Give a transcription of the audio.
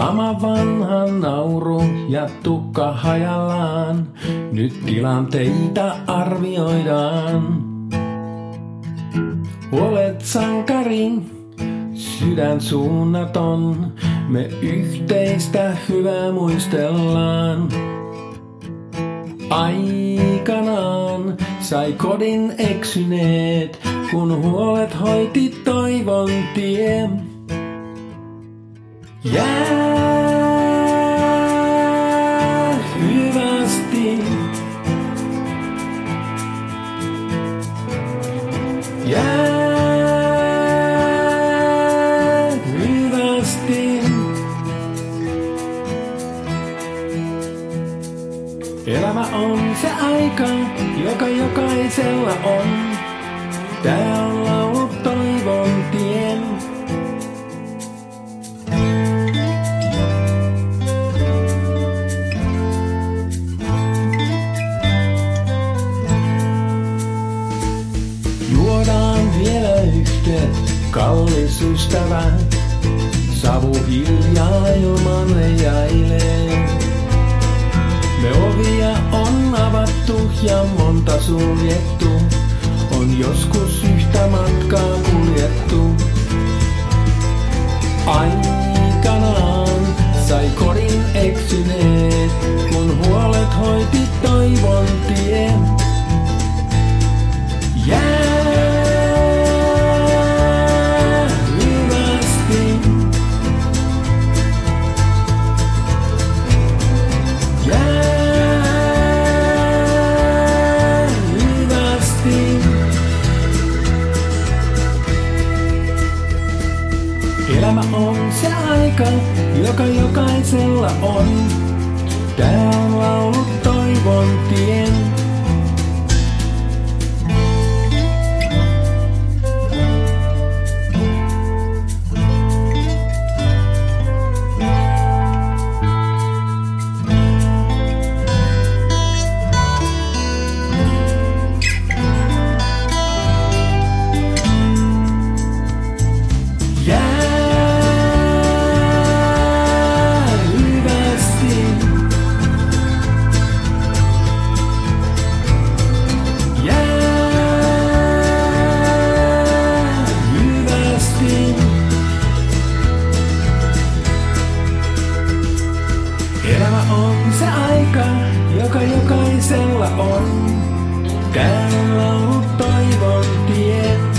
Sama vanha nauru ja tukka hajallaan, nyt tilanteita arvioidaan. Olet sankari, sydän suunnaton, me yhteistä hyvää muistellaan. Aikanaan sai kodin eksyneet, kun huolet hoiti toivon tie. Jää hyvästi. Jää hyvästi. Elämä on se aika, joka jokaisella on. Tää on laulu toivon tien. Juodaan vielä yhteen, kallis ystävä. Savu hiljaa ilman leijailee. Me ovia on avattu ja monta suljettu. On joskus yhtä matkaa kuljettu. Aikanaan sai kodin eksyneet, kun huolet hoiti toivon tie. Jää hyvästi. Jää hyvästi. Elämä on se aika, joka jokaisella on. Tää on laulu toivon tien. Elämä on se aika, joka jokaisella on. Tää on laulu toivon tie.